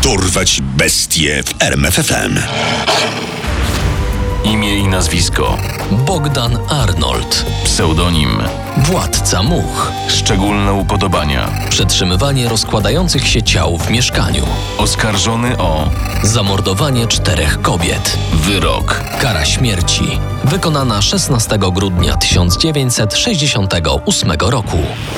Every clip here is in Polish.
Dorwać bestie w RMF FM. Imię i nazwisko: Bogdan Arnold. pseudonim, Władca much. szczególne upodobania, Przetrzymywanie rozkładających się ciał w mieszkaniu. oskarżony o Zamordowanie 4 kobiet. wyrok. Kara śmierci. Wykonana 16 grudnia 1968 roku.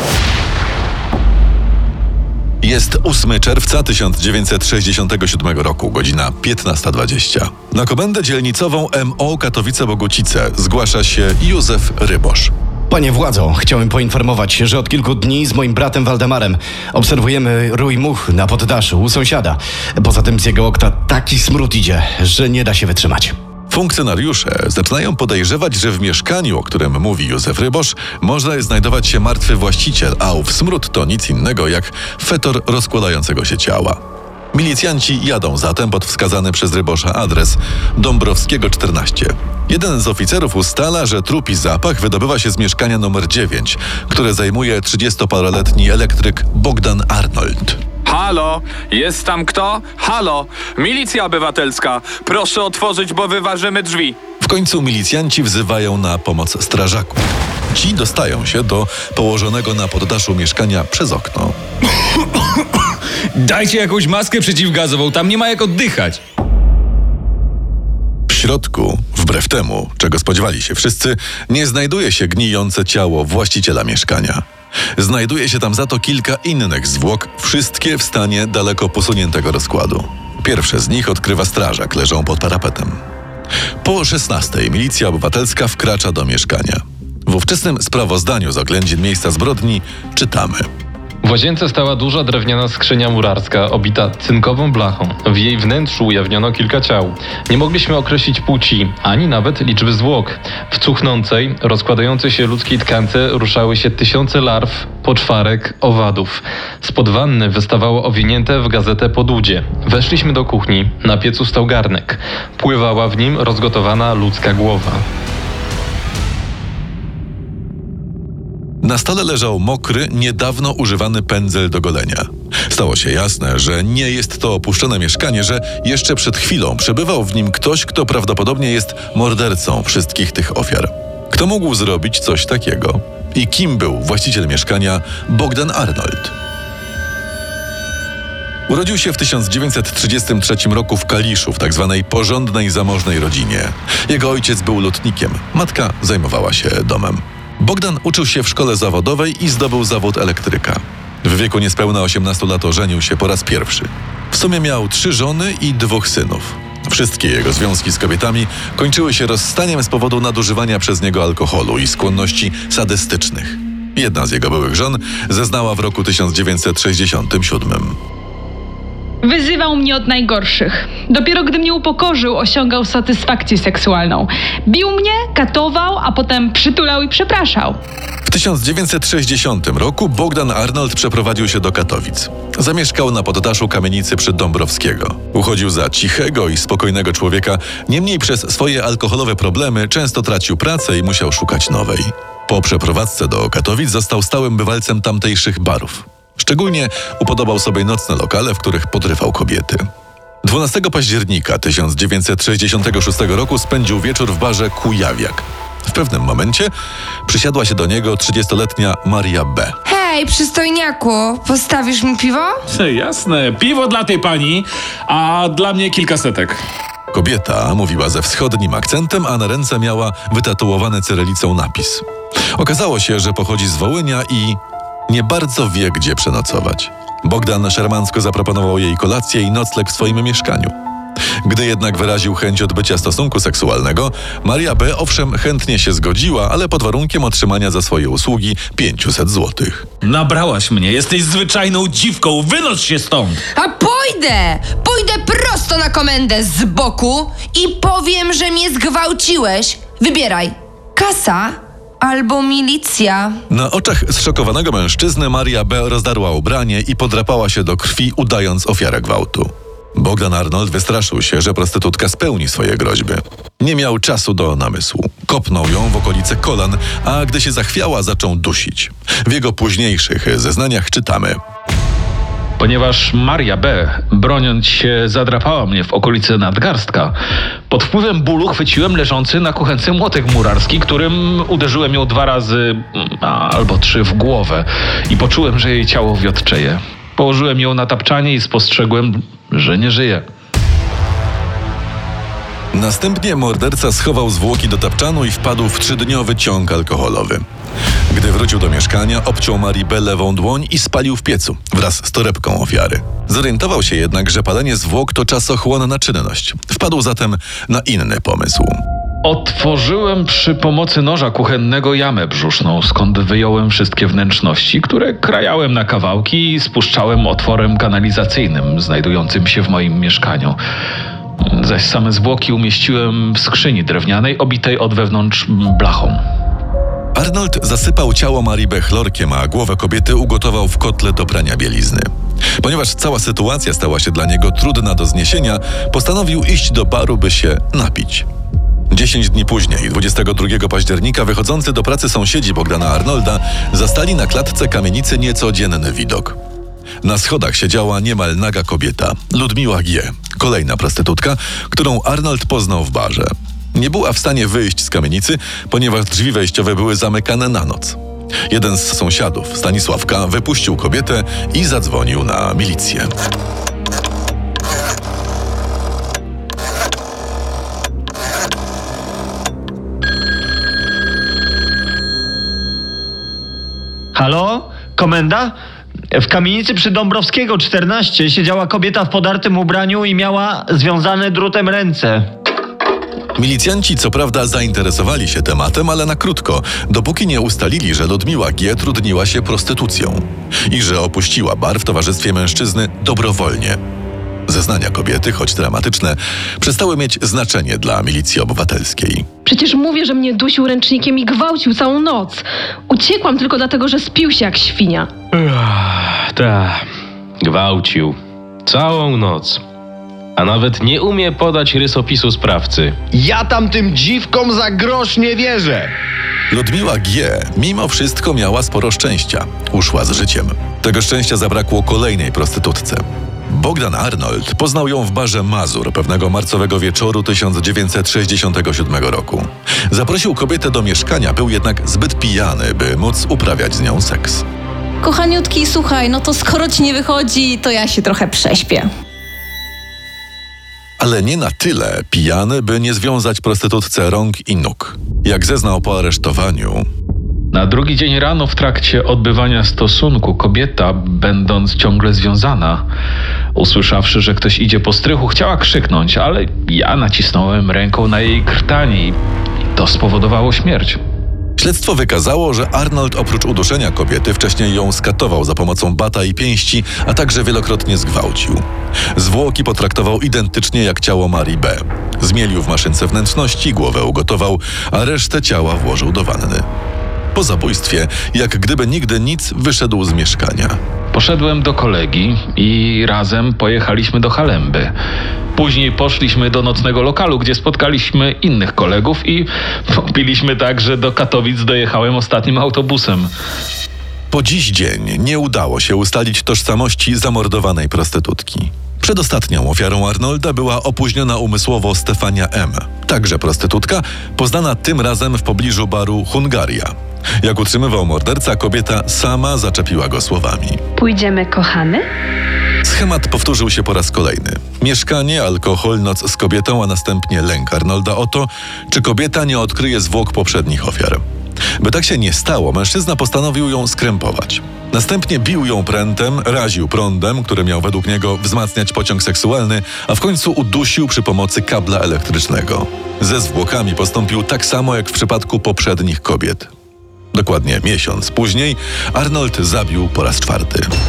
Jest 8 czerwca 1967 roku, godzina 15:20. Na komendę dzielnicową MO Katowice-Bogucice zgłasza się Józef Rybosz. Panie władzo, chciałem poinformować, że od kilku dni z moim bratem Waldemarem obserwujemy rój much na poddaszu u sąsiada. Poza tym z jego okna taki smród idzie, że nie da się wytrzymać. Funkcjonariusze zaczynają podejrzewać, że w mieszkaniu, o którym mówi Józef Rybosz, może znajdować się martwy właściciel, a ów smród to nic innego jak fetor rozkładającego się ciała. Milicjanci jadą zatem pod wskazany przez Rybosza adres Dąbrowskiego 14. Jeden z oficerów ustala, że trupi zapach wydobywa się z mieszkania numer 9, które zajmuje 30-paroletni elektryk Bogdan Arnold. Halo, jest tam kto? Halo, milicja obywatelska, proszę otworzyć, bo wyważymy drzwi. W końcu milicjanci wzywają na pomoc strażaków. Ci dostają się do położonego na poddaszu mieszkania przez okno. Dajcie jakąś maskę przeciwgazową, tam nie ma jak oddychać. W środku, wbrew temu, czego spodziewali się wszyscy, nie znajduje się gnijące ciało właściciela mieszkania. Znajduje się tam za to kilka innych zwłok, wszystkie w stanie daleko posuniętego rozkładu. Pierwsze z nich odkrywa strażak, leżą pod parapetem. Po 16:00 milicja obywatelska wkracza do mieszkania. W ówczesnym sprawozdaniu z oględzin miejsca zbrodni czytamy: W łazience stała duża drewniana skrzynia murarska, obita cynkową blachą. W jej wnętrzu ujawniono kilka ciał. Nie mogliśmy określić płci, ani nawet liczby zwłok. W cuchnącej, rozkładającej się ludzkiej tkance ruszały się tysiące larw, poczwarek, owadów. Spod wanny wystawało owinięte w gazetę podłudzie. Weszliśmy do kuchni. Na piecu stał garnek. Pływała w nim rozgotowana ludzka głowa. Na stole leżał mokry, niedawno używany pędzel do golenia. Stało się jasne, że nie jest to opuszczone mieszkanie, że jeszcze przed chwilą przebywał w nim ktoś, kto prawdopodobnie jest mordercą wszystkich tych ofiar. Kto mógł zrobić coś takiego? I kim był właściciel mieszkania Bogdan Arnold? Urodził się w 1933 roku w Kaliszu, w tzw. porządnej, zamożnej rodzinie. Jego ojciec był lotnikiem, matka zajmowała się domem. Bogdan uczył się w szkole zawodowej i zdobył zawód elektryka. W wieku niespełna 18 lat ożenił się po raz pierwszy. W sumie miał 3 żony i 2 synów. Wszystkie jego związki z kobietami kończyły się rozstaniem z powodu nadużywania przez niego alkoholu i skłonności sadystycznych. Jedna z jego byłych żon zeznała w roku 1967. Wyzywał mnie od najgorszych. Dopiero gdy mnie upokorzył, osiągał satysfakcję seksualną. Bił mnie, katował, a potem przytulał i przepraszał. W 1960 roku Bogdan Arnold przeprowadził się do Katowic. Zamieszkał na poddaszu kamienicy przy Dąbrowskiego. Uchodził za cichego i spokojnego człowieka, niemniej przez swoje alkoholowe problemy często tracił pracę i musiał szukać nowej. Po przeprowadzce do Katowic został stałym bywalcem tamtejszych barów. Szczególnie upodobał sobie nocne lokale, w których podrywał kobiety. 12 października 1966 roku spędził wieczór w barze Kujawiak. W pewnym momencie przysiadła się do niego 30-letnia Maria B. Hej, przystojniaku, postawisz mi piwo? Jasne, piwo dla tej pani, a dla mnie kilka setek. Kobieta mówiła ze wschodnim akcentem, a na ręce miała wytatuowany cyrylicą napis. Okazało się, że pochodzi z Wołynia i nie bardzo wie, gdzie przenocować. Bogdan szarmancko zaproponował jej kolację i nocleg w swoim mieszkaniu. Gdy jednak wyraził chęć odbycia stosunku seksualnego, Maria B. owszem chętnie się zgodziła, ale pod warunkiem otrzymania za swoje usługi 500 złotych. Nabrałaś mnie, jesteś zwyczajną dziwką, wynoś się stąd! A pójdę prosto na komendę z boku i powiem, że mnie zgwałciłeś. Wybieraj, kasa albo milicja. Na oczach zszokowanego mężczyzny Maria B. rozdarła ubranie i podrapała się do krwi, udając ofiarę gwałtu. Bogdan Arnold wystraszył się, że prostytutka spełni swoje groźby. Nie miał czasu do namysłu. Kopnął ją w okolice kolan, a gdy się zachwiała, zaczął dusić. W jego późniejszych zeznaniach czytamy: ponieważ Maria B., broniąc się, zadrapała mnie w okolicy nadgarstka. Pod wpływem bólu chwyciłem leżący na kuchence młotek murarski, którym uderzyłem ją 2 razy albo 3 w głowę i poczułem, że jej ciało wiotczeje. Położyłem ją na tapczanie i spostrzegłem, że nie żyje. Następnie morderca schował zwłoki do tapczanu i wpadł w 3-dniowy ciąg alkoholowy. Gdy wrócił do mieszkania, obciął Marii B. lewą dłoń i spalił w piecu wraz z torebką ofiary. Zorientował się jednak, że palenie zwłok to czasochłonna czynność. Wpadł zatem na inny pomysł. Otworzyłem przy pomocy noża kuchennego jamę brzuszną, skąd wyjąłem wszystkie wnętrzności, które krajałem na kawałki i spuszczałem otworem kanalizacyjnym znajdującym się w moim mieszkaniu. Zaś same zwłoki umieściłem w skrzyni drewnianej obitej od wewnątrz blachą. Arnold zasypał ciało Marii B. chlorkiem, a głowę kobiety ugotował w kotle do prania bielizny. Ponieważ cała sytuacja stała się dla niego trudna do zniesienia, postanowił iść do baru, by się napić. 10 dni później, 22 października, wychodzący do pracy sąsiedzi Bogdana Arnolda zastali na klatce kamienicy niecodzienny widok. Na schodach siedziała niemal naga kobieta, Ludmiła G., kolejna prostytutka, którą Arnold poznał w barze. Nie była w stanie wyjść z kamienicy, ponieważ drzwi wejściowe były zamykane na noc. Jeden z sąsiadów, Stanisławka, wypuścił kobietę i zadzwonił na milicję. Halo? Komenda? W kamienicy przy Dąbrowskiego 14 siedziała kobieta w podartym ubraniu i miała związane drutem ręce. Milicjanci co prawda zainteresowali się tematem, ale na krótko, dopóki nie ustalili, że Ludmiła G. trudniła się prostytucją i że opuściła bar w towarzystwie mężczyzny dobrowolnie. Zeznania kobiety, choć dramatyczne, przestały mieć znaczenie dla milicji obywatelskiej. Przecież mówię, że mnie dusił ręcznikiem i gwałcił całą noc. Uciekłam tylko dlatego, że spił się jak świnia. Gwałcił. Całą noc. A nawet nie umie podać rysopisu sprawcy. Ja tam tym dziwkom za grosz nie wierzę. Ludmiła G. mimo wszystko miała sporo szczęścia. Uszła z życiem. Tego szczęścia zabrakło kolejnej prostytutce. Bogdan Arnold poznał ją w barze Mazur pewnego marcowego wieczoru 1967 roku. Zaprosił kobietę do mieszkania, był jednak zbyt pijany, by móc uprawiać z nią seks. Kochaniutki, słuchaj, no to skoro ci nie wychodzi, to ja się trochę prześpię. Ale nie na tyle pijany, by nie związać prostytutce rąk i nóg. Jak zeznał po aresztowaniu... Na drugi dzień rano w trakcie odbywania stosunku kobieta, będąc ciągle związana, usłyszawszy, że ktoś idzie po strychu, chciała krzyknąć, ale ja nacisnąłem ręką na jej krtani i to spowodowało śmierć. Śledztwo wykazało, że Arnold oprócz uduszenia kobiety wcześniej ją skatował za pomocą bata i pięści, a także wielokrotnie zgwałcił. Zwłoki potraktował identycznie jak ciało Marii B. Zmielił w maszynce wnętrzności, głowę ugotował, a resztę ciała włożył do wanny. Po zabójstwie, jak gdyby nigdy nic, wyszedł z mieszkania. Poszedłem do kolegi i razem pojechaliśmy do Halemby. Później poszliśmy do nocnego lokalu, gdzie spotkaliśmy innych kolegów i popiliśmy tak, że do Katowic dojechałem ostatnim autobusem. Po dziś dzień nie udało się ustalić tożsamości zamordowanej prostytutki. Przedostatnią ofiarą Arnolda była opóźniona umysłowo Stefania M., także prostytutka, poznana tym razem w pobliżu baru Hungaria. Jak utrzymywał morderca, kobieta sama zaczepiła go słowami. Pójdziemy, kochany? Schemat powtórzył się po raz kolejny. Mieszkanie, alkohol, noc z kobietą, a następnie lęk Arnolda o to, czy kobieta nie odkryje zwłok poprzednich ofiar. By tak się nie stało, mężczyzna postanowił ją skrępować. Następnie bił ją prętem, raził prądem, który miał według niego wzmacniać pociąg seksualny, a w końcu udusił przy pomocy kabla elektrycznego. Ze zwłokami postąpił tak samo jak w przypadku poprzednich kobiet. Dokładnie miesiąc później Arnold zabił po raz 4.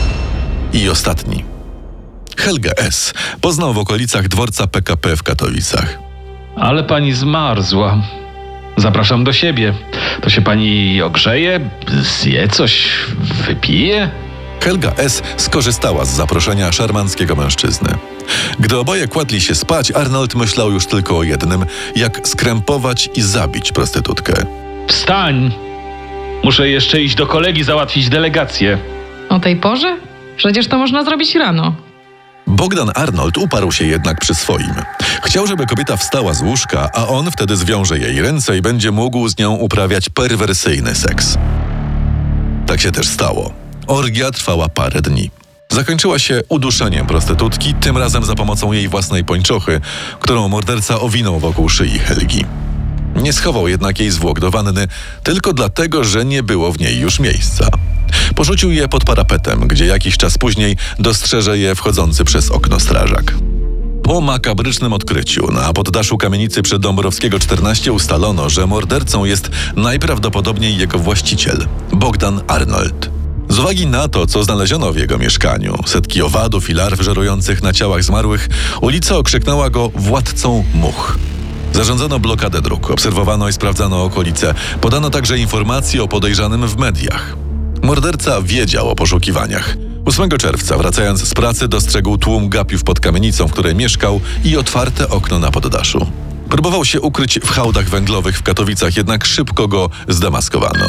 I ostatni. Helgę S. poznał w okolicach dworca PKP w Katowicach. Ale pani zmarzła. Zapraszam do siebie. To się pani ogrzeje, zje coś, wypije? Helga S. skorzystała z zaproszenia szarmanckiego mężczyzny. Gdy oboje kładli się spać, Arnold myślał już tylko o jednym, jak skrępować i zabić prostytutkę. Wstań! Muszę jeszcze iść do kolegi załatwić delegację. O tej porze? Przecież to można zrobić rano. Bogdan Arnold uparł się jednak przy swoim. Chciał, żeby kobieta wstała z łóżka, a on wtedy zwiąże jej ręce i będzie mógł z nią uprawiać perwersyjny seks. Tak się też stało. Orgia trwała parę dni. Zakończyła się uduszeniem prostytutki, tym razem za pomocą jej własnej pończochy, którą morderca owinął wokół szyi Helgi. Nie schował jednak jej zwłok do wanny, tylko dlatego, że nie było w niej już miejsca. Porzucił je pod parapetem, gdzie jakiś czas później dostrzeże je wchodzący przez okno strażak. Po makabrycznym odkryciu na poddaszu kamienicy przy Dąbrowskiego 14 ustalono, że mordercą jest najprawdopodobniej jego właściciel, Bogdan Arnold. Z uwagi na to, co znaleziono w jego mieszkaniu, setki owadów i larw żerujących na ciałach zmarłych, ulica okrzyknęła go władcą much. Zarządzono blokadę dróg, obserwowano i sprawdzano okolice. Podano także informacje o podejrzanym w mediach. Morderca wiedział o poszukiwaniach. 8 czerwca, wracając z pracy, dostrzegł tłum gapiów pod kamienicą, w której mieszkał i otwarte okno na poddaszu. Próbował się ukryć w hałdach węglowych w Katowicach, jednak szybko go zdemaskowano.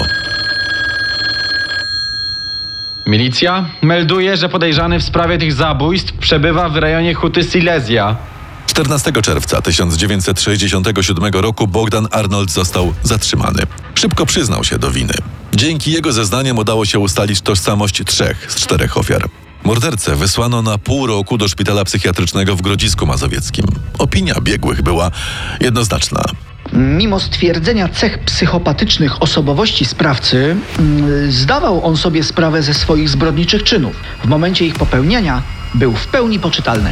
Milicja melduje, że podejrzany w sprawie tych zabójstw przebywa w rejonie Huty Silesia. 14 czerwca 1967 roku Bogdan Arnold został zatrzymany. Szybko przyznał się do winy. Dzięki jego zeznaniom udało się ustalić tożsamość 3 z 4 ofiar. Mordercę wysłano na pół roku do szpitala psychiatrycznego w Grodzisku Mazowieckim. Opinia biegłych była jednoznaczna. Mimo stwierdzenia cech psychopatycznych osobowości sprawcy, zdawał on sobie sprawę ze swoich zbrodniczych czynów. W momencie ich popełniania był w pełni poczytalny.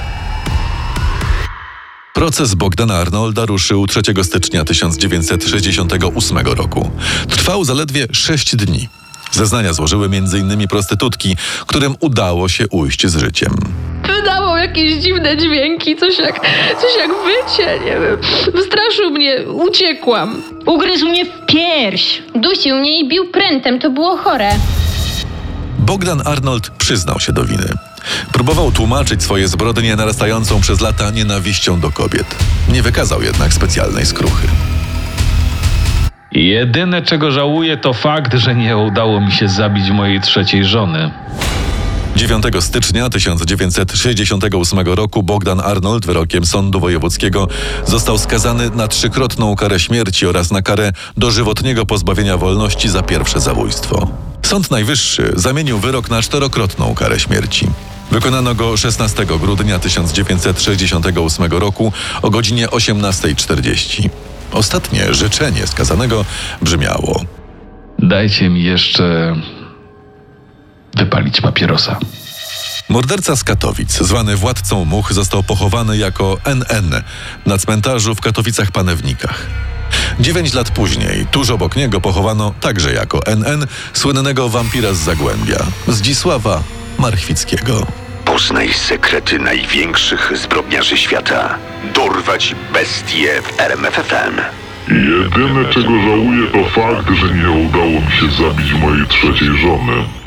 Proces Bogdana Arnolda ruszył 3 stycznia 1968 roku. Trwał zaledwie 6 dni. Zeznania złożyły m.in. prostytutki, którym udało się ujść z życiem. Wydawał jakieś dziwne dźwięki, coś jak wycie, nie wiem. Wystraszył mnie, uciekłam. Ugryzł mnie w pierś. Dusił mnie i bił prętem, to było chore. Bogdan Arnold przyznał się do winy. Próbował tłumaczyć swoje zbrodnie narastającą przez lata nienawiścią do kobiet. Nie wykazał jednak specjalnej skruchy. Jedyne, czego żałuję, to fakt, że nie udało mi się zabić mojej 3. żony. 9 stycznia 1968 roku Bogdan Arnold wyrokiem Sądu Wojewódzkiego został skazany na 3-krotną karę śmierci oraz na karę dożywotniego pozbawienia wolności za pierwsze zabójstwo. Sąd Najwyższy zamienił wyrok na 4-krotną karę śmierci. Wykonano go 16 grudnia 1968 roku o godzinie 18:40. Ostatnie życzenie skazanego brzmiało: Dajcie mi jeszcze wypalić papierosa. Morderca z Katowic, zwany władcą much, został pochowany jako NN na cmentarzu w Katowicach-Panewnikach. 9 lat później, tuż obok niego pochowano także jako NN słynnego wampira z Zagłębia, Zdzisława Marchwickiego. Poznaj sekrety największych zbrodniarzy świata. Dorwać bestie w RMF FM. Jedyne, czego żałuję, to fakt, że nie udało mi się zabić mojej 3. żony.